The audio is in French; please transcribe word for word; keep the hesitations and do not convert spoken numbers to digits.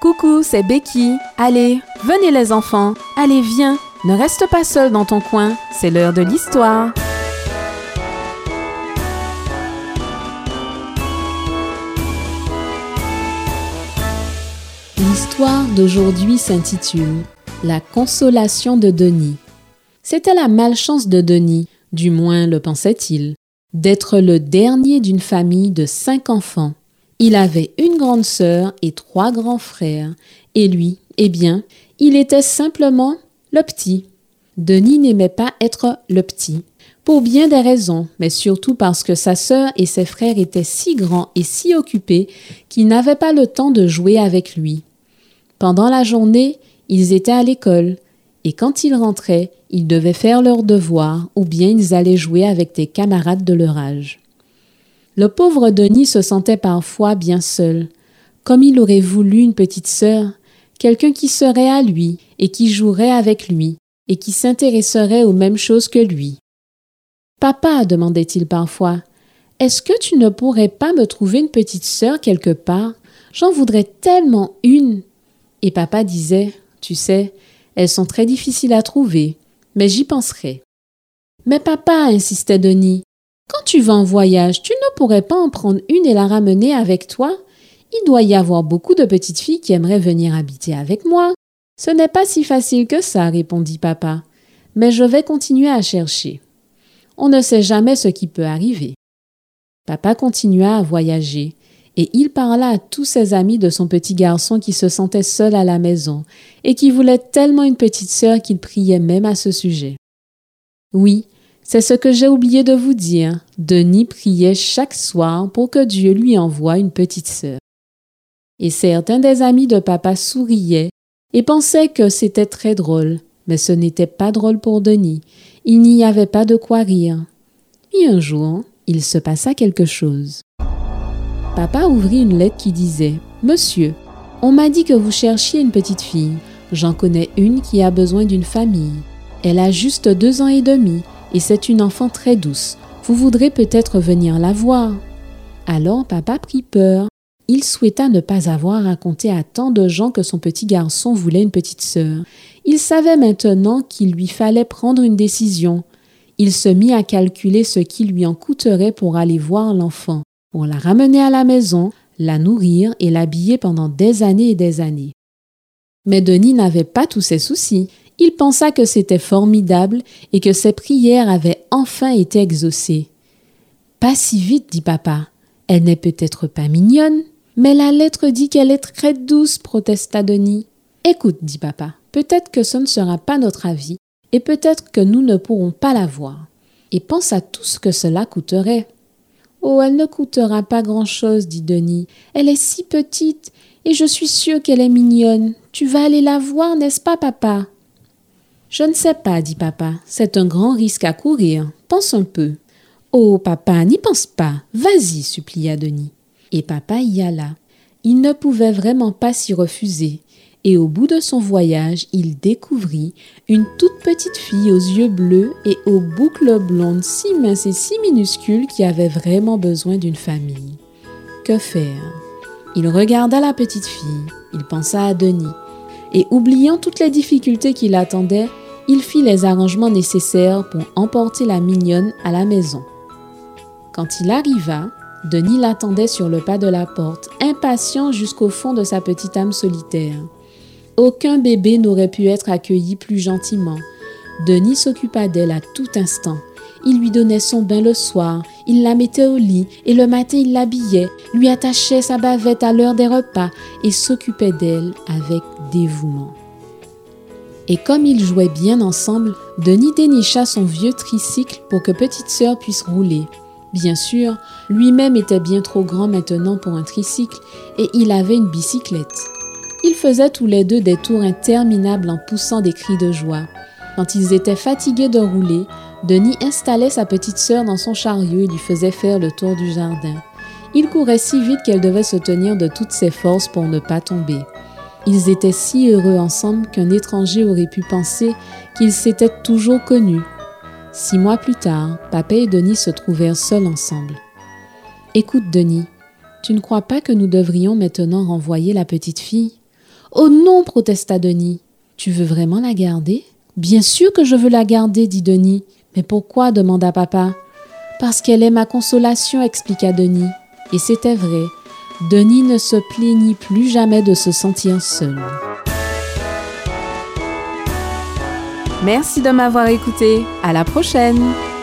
Coucou, c'est Becky. Allez, venez les enfants. Allez, viens. Ne reste pas seul dans ton coin. C'est l'heure de l'histoire. L'histoire d'aujourd'hui s'intitule « La consolation de Denis ». C'était la malchance de Denis, du moins le pensait-il, d'être le dernier d'une famille de cinq enfants. Il avait une grande sœur et trois grands frères, et lui, eh bien, il était simplement le petit. Denis n'aimait pas être le petit, pour bien des raisons, mais surtout parce que sa sœur et ses frères étaient si grands et si occupés qu'ils n'avaient pas le temps de jouer avec lui. Pendant la journée, ils étaient à l'école, et quand ils rentraient, ils devaient faire leurs devoirs ou bien ils allaient jouer avec des camarades de leur âge. Le pauvre Denis se sentait parfois bien seul, comme il aurait voulu une petite sœur, quelqu'un qui serait à lui et qui jouerait avec lui et qui s'intéresserait aux mêmes choses que lui. « Papa, demandait-il parfois, est-ce que tu ne pourrais pas me trouver une petite sœur quelque part? J'en voudrais tellement une. » Et papa disait, « Tu sais, elles sont très difficiles à trouver, mais j'y penserai. » « Mais papa, insistait Denis, quand tu vas en voyage, tu ne pourrais pas en prendre une et la ramener avec toi? Il doit y avoir beaucoup de petites filles qui aimeraient venir habiter avec moi. Ce n'est pas si facile que ça, répondit papa, mais je vais continuer à chercher. On ne sait jamais ce qui peut arriver. Papa continua à voyager et il parla à tous ses amis de son petit garçon qui se sentait seul à la maison et qui voulait tellement une petite sœur qu'il priait même à ce sujet. Oui, c'est ce que j'ai oublié de vous dire. Denis priait chaque soir pour que Dieu lui envoie une petite sœur. Et certains des amis de papa souriaient et pensaient que c'était très drôle, mais ce n'était pas drôle pour Denis. Il n'y avait pas de quoi rire. Puis un jour, il se passa quelque chose. Papa ouvrit une lettre qui disait « Monsieur, on m'a dit que vous cherchiez une petite fille. J'en connais une qui a besoin d'une famille. Elle a juste deux ans et demi. Et c'est une enfant très douce. Vous voudrez peut-être venir la voir. » Alors papa prit peur. Il souhaita ne pas avoir raconté à tant de gens que son petit garçon voulait une petite sœur. Il savait maintenant qu'il lui fallait prendre une décision. Il se mit à calculer ce qui lui en coûterait pour aller voir l'enfant, pour la ramener à la maison, la nourrir et l'habiller pendant des années et des années. Mais Denis n'avait pas tous ces soucis. Il pensa que c'était formidable et que ses prières avaient enfin été exaucées. « Pas si vite, dit papa. Elle n'est peut-être pas mignonne, mais la lettre dit qu'elle est très douce, protesta Denis. « Écoute, dit papa, peut-être que ce ne sera pas notre avis et peut-être que nous ne pourrons pas la voir. Et pense à tout ce que cela coûterait. »« Oh, elle ne coûtera pas grand-chose, dit Denis. Elle est si petite et je suis sûre qu'elle est mignonne. Tu vas aller la voir, n'est-ce pas, papa? » « Je ne sais pas, dit papa, c'est un grand risque à courir. Pense un peu. »« Oh, papa, n'y pense pas. Vas-y, supplia Denis. » Et papa y alla. Il ne pouvait vraiment pas s'y refuser. Et au bout de son voyage, il découvrit une toute petite fille aux yeux bleus et aux boucles blondes si minces et si minuscules qui avait vraiment besoin d'une famille. Que faire? Il regarda la petite fille. Il pensa à Denis. Et oubliant toutes les difficultés qui l'attendaient, il fit les arrangements nécessaires pour emporter la mignonne à la maison. Quand il arriva, Denis l'attendait sur le pas de la porte, impatient jusqu'au fond de sa petite âme solitaire. Aucun bébé n'aurait pu être accueilli plus gentiment. Denis s'occupa d'elle à tout instant. Il lui donnait son bain le soir, il la mettait au lit et le matin il l'habillait, lui attachait sa bavette à l'heure des repas et s'occupait d'elle avec dévouement. Et comme ils jouaient bien ensemble, Denis dénicha son vieux tricycle pour que petite sœur puisse rouler. Bien sûr, lui-même était bien trop grand maintenant pour un tricycle et il avait une bicyclette. Ils faisaient tous les deux des tours interminables en poussant des cris de joie. Quand ils étaient fatigués de rouler, Denis installait sa petite sœur dans son chariot et lui faisait faire le tour du jardin. Il courait si vite qu'elle devait se tenir de toutes ses forces pour ne pas tomber. Ils étaient si heureux ensemble qu'un étranger aurait pu penser qu'ils s'étaient toujours connus. Six mois plus tard, papa et Denis se trouvèrent seuls ensemble. « Écoute, Denis, tu ne crois pas que nous devrions maintenant renvoyer la petite fille? Oh non, protesta Denis. Tu veux vraiment la garder? Bien sûr que je veux la garder, dit Denis. Mais pourquoi? Demanda papa. Parce qu'elle est ma consolation, expliqua Denis. Et c'était vrai. Denis ne se plaignit plus jamais de se sentir seul. Merci de m'avoir écouté. À la prochaine!